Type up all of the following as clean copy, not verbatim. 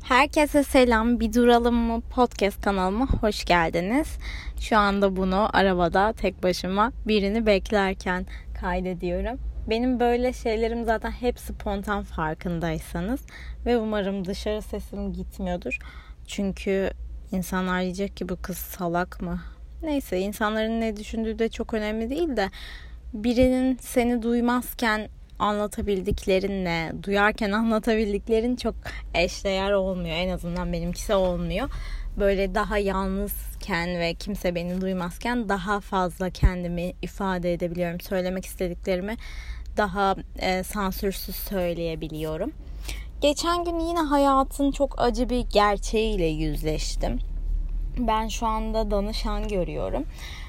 Herkese selam. Bir duralım mı podcast kanalıma hoş geldiniz. Şu anda bunu arabada tek başıma birini beklerken kaydediyorum. Benim böyle şeylerim zaten hep spontan farkındaysanız ve umarım dışarı sesim gitmiyordur. Çünkü insanlar diyecek ki bu kız salak mı? Neyse, insanların ne düşündüğü de çok önemli değil de birinin seni duymazken anlatabildiklerinle duyarken anlatabildiklerin çok eşdeğer olmuyor. En azından benimkisi olmuyor. Böyle daha yalnızken ve kimse beni duymazken daha fazla kendimi ifade edebiliyorum. Söylemek istediklerimi daha sansürsüz söyleyebiliyorum. Geçen gün yine hayatın çok acı bir gerçeğiyle yüzleştim. Ben şu anda danışan görüyorum.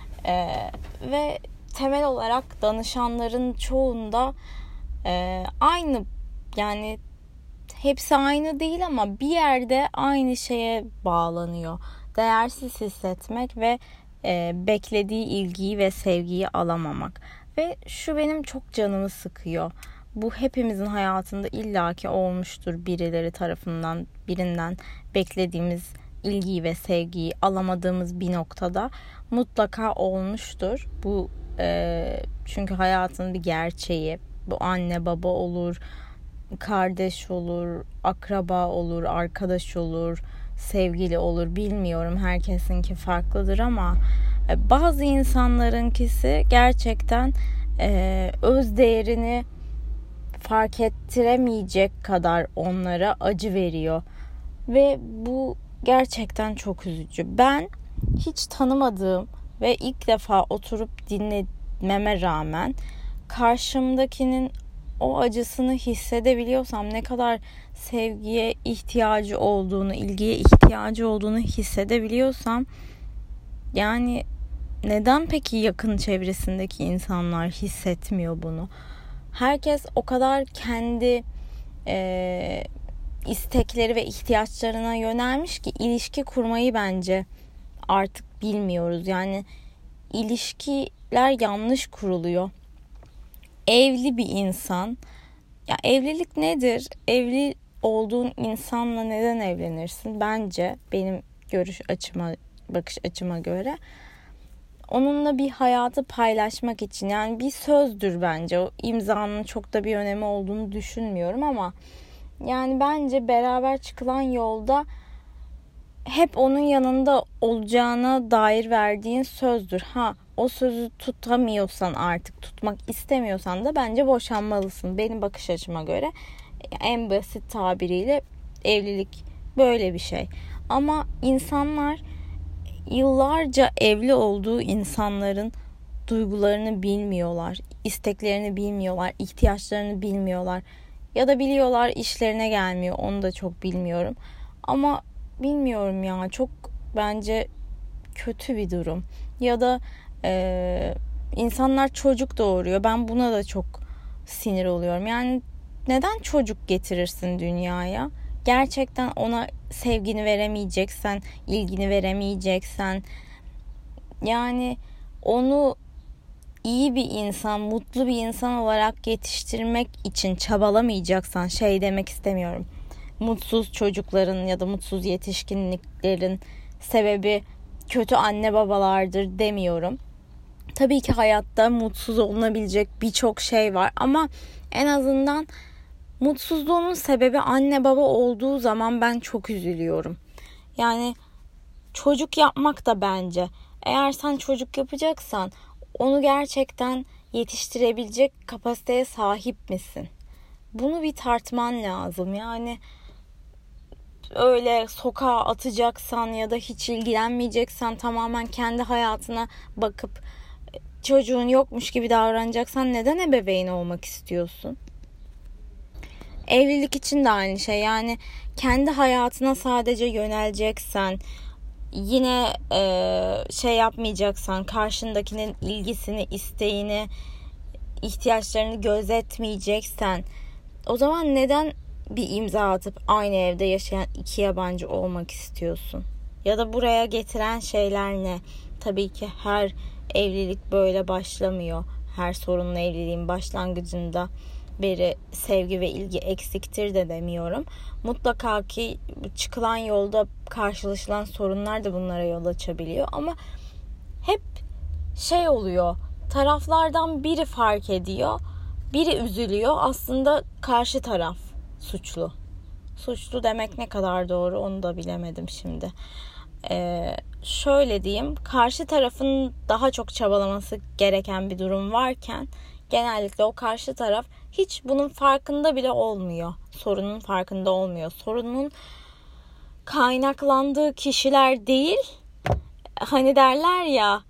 Ve temel olarak danışanların çoğunda aynı, yani hepsi aynı değil ama bir yerde aynı şeye bağlanıyor. Değersiz hissetmek ve beklediği ilgiyi ve sevgiyi alamamak. Ve şu benim çok canımı sıkıyor. Bu hepimizin hayatında illaki olmuştur, birileri tarafından, birinden beklediğimiz ilgiyi ve sevgiyi alamadığımız bir noktada mutlaka olmuştur. Bu çünkü hayatın bir gerçeği. Bu anne baba olur, kardeş olur, akraba olur, arkadaş olur, sevgili olur, bilmiyorum, herkesinki farklıdır ama bazı insanlarınkisi gerçekten öz değerini fark ettiremeyecek kadar onlara acı veriyor ve bu gerçekten çok üzücü. Ben hiç tanımadığım ve ilk defa oturup dinlememe rağmen karşımdakinin o acısını hissedebiliyorsam, ne kadar sevgiye ihtiyacı olduğunu, ilgiye ihtiyacı olduğunu hissedebiliyorsam, yani neden peki yakın çevresindeki insanlar hissetmiyor bunu? Herkes o kadar kendi istekleri ve ihtiyaçlarına yönelmiş ki ilişki kurmayı bence artık bilmiyoruz. Yani ilişkiler yanlış kuruluyor. Evli bir insan, ya evlilik nedir? Evli olduğun insanla neden evlenirsin? Bence benim bakış açıma göre onunla bir hayatı paylaşmak için, yani bir sözdür bence. O imzanın çok da bir önemi olduğunu düşünmüyorum ama yani bence beraber çıkılan yolda hep onun yanında olacağına dair verdiğin sözdür. O sözü tutamıyorsan, artık tutmak istemiyorsan da bence boşanmalısın. Benim bakış açıma göre en basit tabiriyle evlilik böyle bir şey. Ama insanlar yıllarca evli olduğu insanların duygularını bilmiyorlar, isteklerini bilmiyorlar, ihtiyaçlarını bilmiyorlar. Ya da biliyorlar, işlerine gelmiyor, onu da çok bilmiyorum. Ama bilmiyorum ya, çok bence kötü bir durum. Ya da insanlar çocuk doğuruyor. Ben buna da çok sinir oluyorum. Yani neden çocuk getirirsin dünyaya? Gerçekten ona sevgini veremeyeceksen, ilgini veremeyeceksen, yani onu iyi bir insan, mutlu bir insan olarak yetiştirmek için çabalamayacaksan, demek istemiyorum. Mutsuz çocukların ya da mutsuz yetişkinliklerin sebebi kötü anne babalardır demiyorum. Tabii ki hayatta mutsuz olunabilecek birçok şey var ama en azından mutsuzluğunun sebebi anne baba olduğu zaman ben çok üzülüyorum. Yani çocuk yapmak da bence, eğer sen çocuk yapacaksan onu gerçekten yetiştirebilecek kapasiteye sahip misin? Bunu bir tartman lazım. Yani öyle sokağa atacaksan ya da hiç ilgilenmeyeceksen, tamamen kendi hayatına bakıp çocuğun yokmuş gibi davranacaksan neden ebeveyn olmak istiyorsun? Evlilik için de aynı şey. Yani kendi hayatına sadece yöneleceksen, yine yapmayacaksan, karşındakinin ilgisini, isteğini, ihtiyaçlarını gözetmeyeceksen, o zaman neden bir imza atıp aynı evde yaşayan iki yabancı olmak istiyorsun? Ya da buraya getiren şeyler ne? Tabii ki her evlilik böyle başlamıyor. Her sorunlu evliliğin başlangıcında beri sevgi ve ilgi eksiktir de demiyorum. Mutlaka ki çıkılan yolda karşılaşılan sorunlar da bunlara yol açabiliyor. Ama hep şey oluyor. Taraflardan biri fark ediyor, biri üzülüyor. Aslında karşı taraf suçlu. Suçlu demek ne kadar doğru onu da bilemedim şimdi. Şöyle diyeyim, karşı tarafın daha çok çabalaması gereken bir durum varken genellikle o karşı taraf hiç bunun farkında bile olmuyor. Sorunun farkında olmuyor. Sorunun kaynaklandığı kişiler değil, hani derler ya,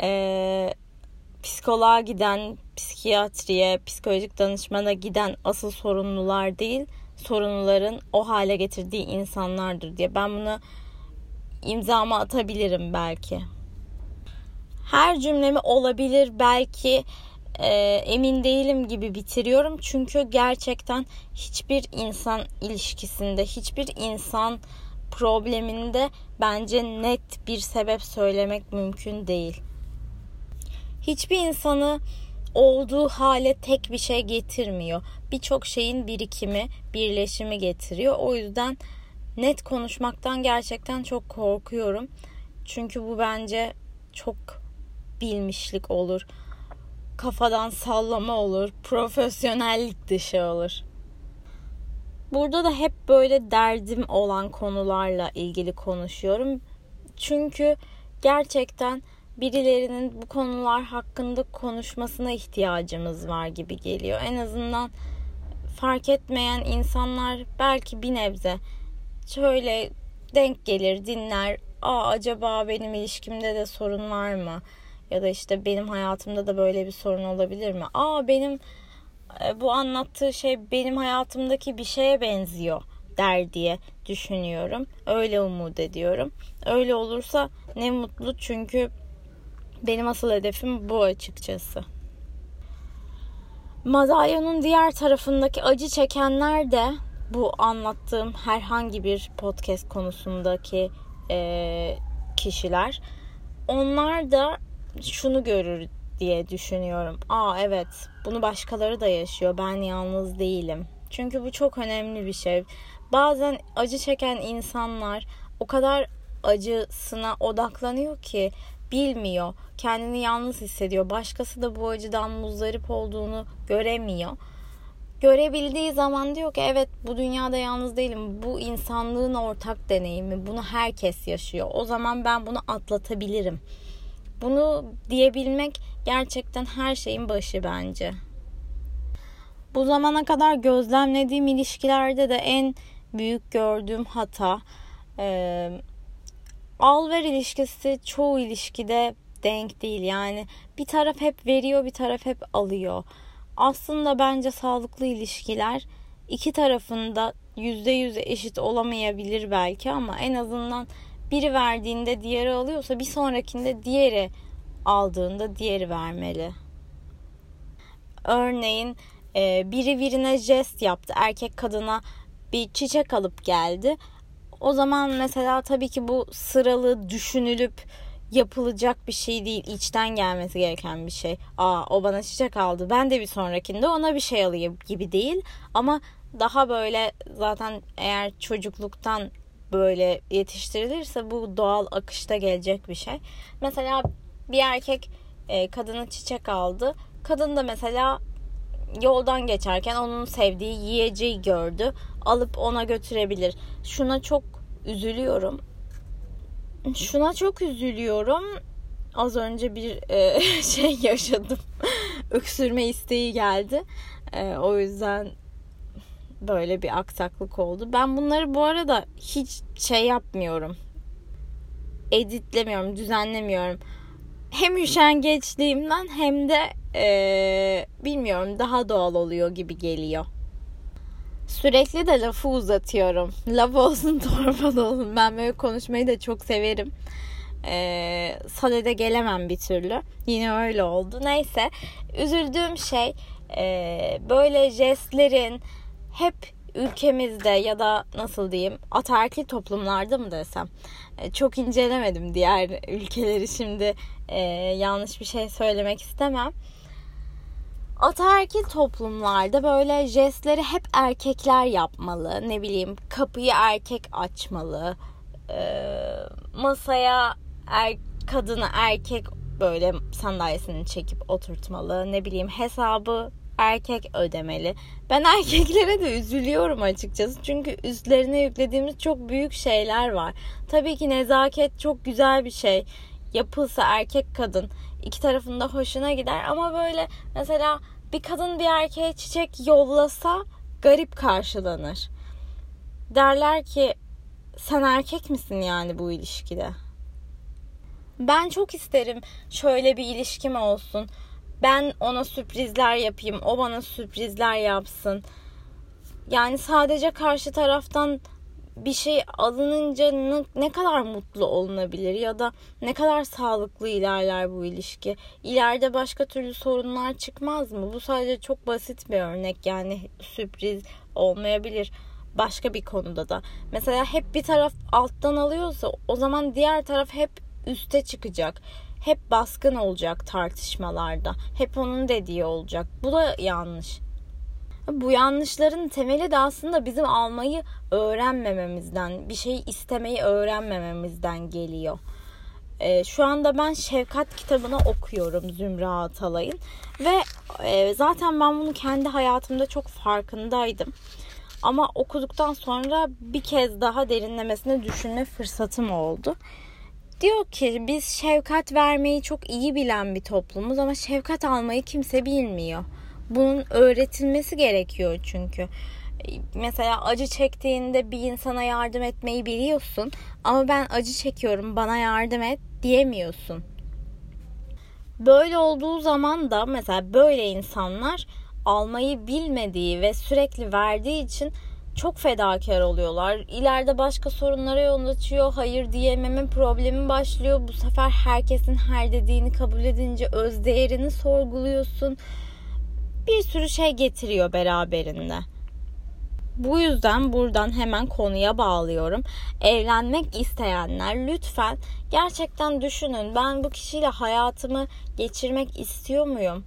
psikoloğa giden, psikiyatriye, psikolojik danışmana giden asıl sorumlular değil, sorunların o hale getirdiği insanlardır diye. Ben bunu imzamı atabilirim belki. Her cümlemi olabilir belki, emin değilim gibi bitiriyorum. Çünkü gerçekten hiçbir insan ilişkisinde, hiçbir insan probleminde bence net bir sebep söylemek mümkün değil. Hiçbir insanı olduğu hale tek bir şey getirmiyor. Birçok şeyin birikimi, birleşimi getiriyor. O yüzden net konuşmaktan gerçekten çok korkuyorum. Çünkü bu bence çok bilmişlik olur. Kafadan sallama olur. Profesyonellik dışı olur. Burada da hep böyle derdim olan konularla ilgili konuşuyorum. Çünkü gerçekten birilerinin bu konular hakkında konuşmasına ihtiyacımız var gibi geliyor. En azından fark etmeyen insanlar belki bir nebze şöyle denk gelir, dinler. Acaba benim ilişkimde de sorun var mı? Ya da işte benim hayatımda da böyle bir sorun olabilir mi? Benim bu anlattığı şey benim hayatımdaki bir şeye benziyor der diye düşünüyorum. Öyle umut ediyorum. Öyle olursa ne mutlu, çünkü benim asıl hedefim bu açıkçası. Madalyonun diğer tarafındaki acı çekenler de bu anlattığım herhangi bir podcast konusundaki kişiler. Onlar da şunu görür diye düşünüyorum. Evet, bunu başkaları da yaşıyor. Ben yalnız değilim. Çünkü bu çok önemli bir şey. Bazen acı çeken insanlar o kadar acısına odaklanıyor ki bilmiyor. Kendini yalnız hissediyor. Başkası da bu acıdan muzdarip olduğunu göremiyor. Görebildiği zaman diyor ki evet, bu dünyada yalnız değilim. Bu insanlığın ortak deneyimi. Bunu herkes yaşıyor. O zaman ben bunu atlatabilirim. Bunu diyebilmek gerçekten her şeyin başı bence. Bu zamana kadar gözlemlediğim ilişkilerde de en büyük gördüğüm hata, al-ver ilişkisi çoğu ilişkide denk değil. Yani bir taraf hep veriyor, bir taraf hep alıyor. Aslında bence sağlıklı ilişkiler iki tarafında %100 eşit olamayabilir belki, ama en azından biri verdiğinde diğeri alıyorsa bir sonrakinde diğeri aldığında diğeri vermeli. Örneğin biri birine jest yaptı. Erkek kadına bir çiçek alıp geldi. O zaman mesela tabii ki bu sıralı düşünülüp yapılacak bir şey değil. İçten gelmesi gereken bir şey. O bana çiçek aldı, ben de bir sonrakinde ona bir şey alayım gibi değil. Ama daha böyle, zaten eğer çocukluktan böyle yetiştirilirse bu doğal akışta gelecek bir şey. Mesela bir erkek kadına çiçek aldı. Kadın da mesela yoldan geçerken onun sevdiği yiyeceği gördü. Alıp ona götürebilir. Şuna çok üzülüyorum. Az önce bir şey yaşadım. Öksürme isteği geldi. O yüzden böyle bir aksaklık oldu. Ben bunları bu arada hiç şey yapmıyorum. Editlemiyorum, düzenlemiyorum. Hem üşengeçliğimden hem de bilmiyorum, daha doğal oluyor gibi geliyor. Sürekli de lafı uzatıyorum. Laf olsun torba da olsun. Ben böyle konuşmayı da çok severim. Sadede gelemem bir türlü. Yine öyle oldu. Neyse. Üzüldüğüm şey böyle jestlerin hep ülkemizde ya da nasıl diyeyim, ataerkil toplumlarda mı desem, çok incelemedim diğer ülkeleri, şimdi yanlış bir şey söylemek istemem. Ataerkil toplumlarda böyle jestleri hep erkekler yapmalı. Ne bileyim, kapıyı erkek açmalı. Masaya kadını erkek böyle sandalyesini çekip oturtmalı. Ne bileyim, hesabı erkek ödemeli. Ben erkeklere de üzülüyorum açıkçası. Çünkü üstlerine yüklediğimiz çok büyük şeyler var. Tabii ki nezaket çok güzel bir şey. Yapılsa erkek kadın iki tarafında hoşuna gider. Ama böyle mesela bir kadın bir erkeğe çiçek yollasa garip karşılanır. Derler ki sen erkek misin yani bu ilişkide? Ben çok isterim şöyle bir ilişkim olsun. Ben ona sürprizler yapayım, o bana sürprizler yapsın. Yani sadece karşı taraftan bir şey alınınca ne kadar mutlu olunabilir ya da ne kadar sağlıklı ilerler bu ilişki? İleride başka türlü sorunlar çıkmaz mı? Bu sadece çok basit bir örnek, yani sürpriz olmayabilir. Başka bir konuda da. Mesela hep bir taraf alttan alıyorsa o zaman diğer taraf hep üste çıkacak. Hep baskın olacak tartışmalarda. Hep onun dediği olacak. Bu da yanlış. Bu yanlışların temeli de aslında bizim almayı öğrenmememizden, bir şeyi istemeyi öğrenmememizden geliyor. Şu anda ben Şefkat kitabını okuyorum, Zümra Atalay'ın. Ve zaten ben bunu kendi hayatımda çok farkındaydım. Ama okuduktan sonra bir kez daha derinlemesine düşünme fırsatım oldu. Diyor ki biz şefkat vermeyi çok iyi bilen bir toplumuz ama şefkat almayı kimse bilmiyor. Bunun öğretilmesi gerekiyor çünkü. Mesela acı çektiğinde bir insana yardım etmeyi biliyorsun ama ben acı çekiyorum, bana yardım et diyemiyorsun. Böyle olduğu zaman da mesela böyle insanlar almayı bilmediği ve sürekli verdiği için çok fedakar oluyorlar. İleride başka sorunlara yol açıyor. Hayır diyememe problemi başlıyor. Bu sefer herkesin her dediğini kabul edince özdeğerini sorguluyorsun. Bir sürü şey getiriyor beraberinde. Bu yüzden buradan hemen konuya bağlıyorum. Evlenmek isteyenler lütfen gerçekten düşünün. Ben bu kişiyle hayatımı geçirmek istiyor muyum?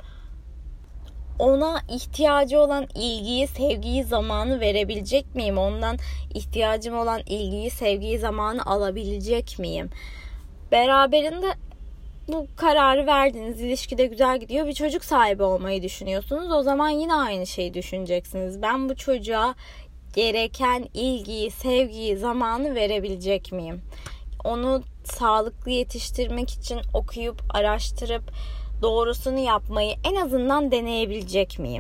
Ona ihtiyacı olan ilgiyi, sevgiyi, zamanı verebilecek miyim? Ondan ihtiyacım olan ilgiyi, sevgiyi, zamanı alabilecek miyim? Beraberinde bu kararı verdiniz, ilişkide güzel gidiyor, bir çocuk sahibi olmayı düşünüyorsunuz. O zaman yine aynı şeyi düşüneceksiniz. Ben bu çocuğa gereken ilgiyi, sevgiyi, zamanı verebilecek miyim? Onu sağlıklı yetiştirmek için okuyup, araştırıp, doğrusunu yapmayı en azından deneyebilecek miyim?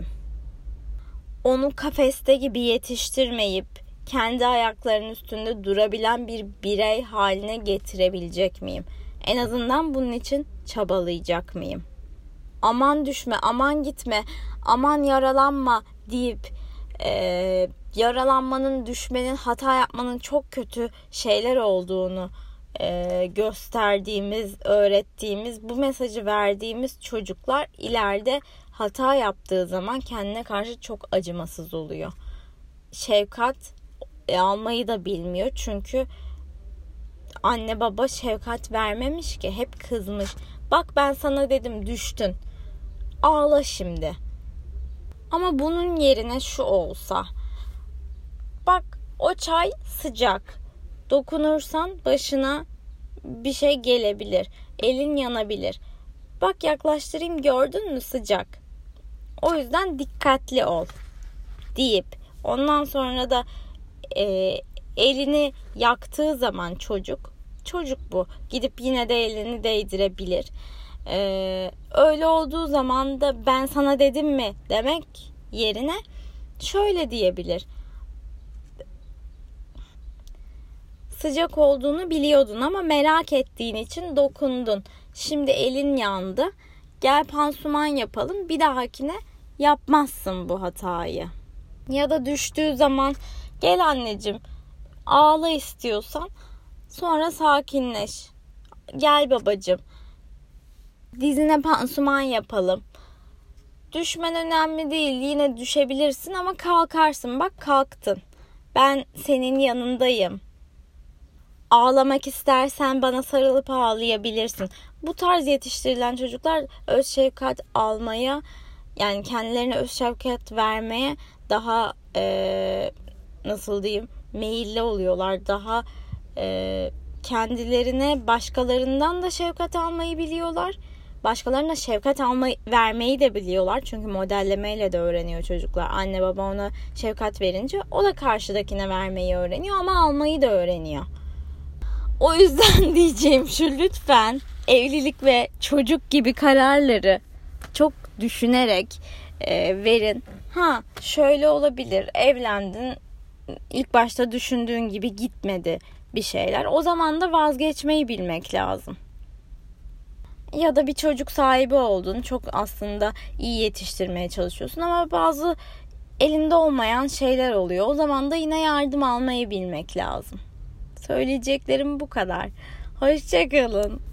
Onu kafeste gibi yetiştirmeyip kendi ayaklarının üstünde durabilen bir birey haline getirebilecek miyim? En azından bunun için çabalayacak mıyım? Aman düşme, aman gitme, aman yaralanma deyip yaralanmanın, düşmenin, hata yapmanın çok kötü şeyler olduğunu gösterdiğimiz, öğrettiğimiz, bu mesajı verdiğimiz çocuklar ileride hata yaptığı zaman kendine karşı çok acımasız oluyor. Şefkat almayı da bilmiyor çünkü anne baba şefkat vermemiş ki, hep kızmış. Bak ben sana dedim, düştün. Ağla şimdi. Ama bunun yerine şu olsa. Bak o çay sıcak. Dokunursan başına bir şey gelebilir. Elin yanabilir. Bak yaklaştırayım, gördün mü, sıcak. O yüzden dikkatli ol deyip ondan sonra da elini yaktığı zaman çocuk bu. Gidip yine de elini değdirebilir. Öyle olduğu zaman da ben sana dedim mi demek yerine şöyle diyebilir. Sıcak olduğunu biliyordun ama merak ettiğin için dokundun. Şimdi elin yandı. Gel pansuman yapalım. Bir dahakine yapmazsın bu hatayı. Ya da düştüğü zaman gel anneciğim, ağla istiyorsan, sonra sakinleş. Gel babacığım, dizine pansuman yapalım. Düşmen önemli değil. Yine düşebilirsin ama kalkarsın. Bak kalktın. Ben senin yanındayım. Ağlamak istersen bana sarılıp ağlayabilirsin. Bu tarz yetiştirilen çocuklar öz şefkat almaya yani kendilerine öz şefkat vermeye daha nasıl diyeyim, meyilli oluyorlar. Daha kendilerine başkalarından da şefkat almayı biliyorlar. Başkalarına şefkat vermeyi de biliyorlar. Çünkü modellemeyle de öğreniyor çocuklar. Anne baba ona şefkat verince o da karşıdakine vermeyi öğreniyor ama almayı da öğreniyor. O yüzden diyeceğim şu: lütfen evlilik ve çocuk gibi kararları çok düşünerek verin. Şöyle olabilir, evlendin, ilk başta düşündüğün gibi gitmedi bir şeyler. O zaman da vazgeçmeyi bilmek lazım. Ya da bir çocuk sahibi oldun, çok aslında iyi yetiştirmeye çalışıyorsun ama bazı elinde olmayan şeyler oluyor. O zaman da yine yardım almayı bilmek lazım. Söyleyeceklerim bu kadar. Hoşça kalın.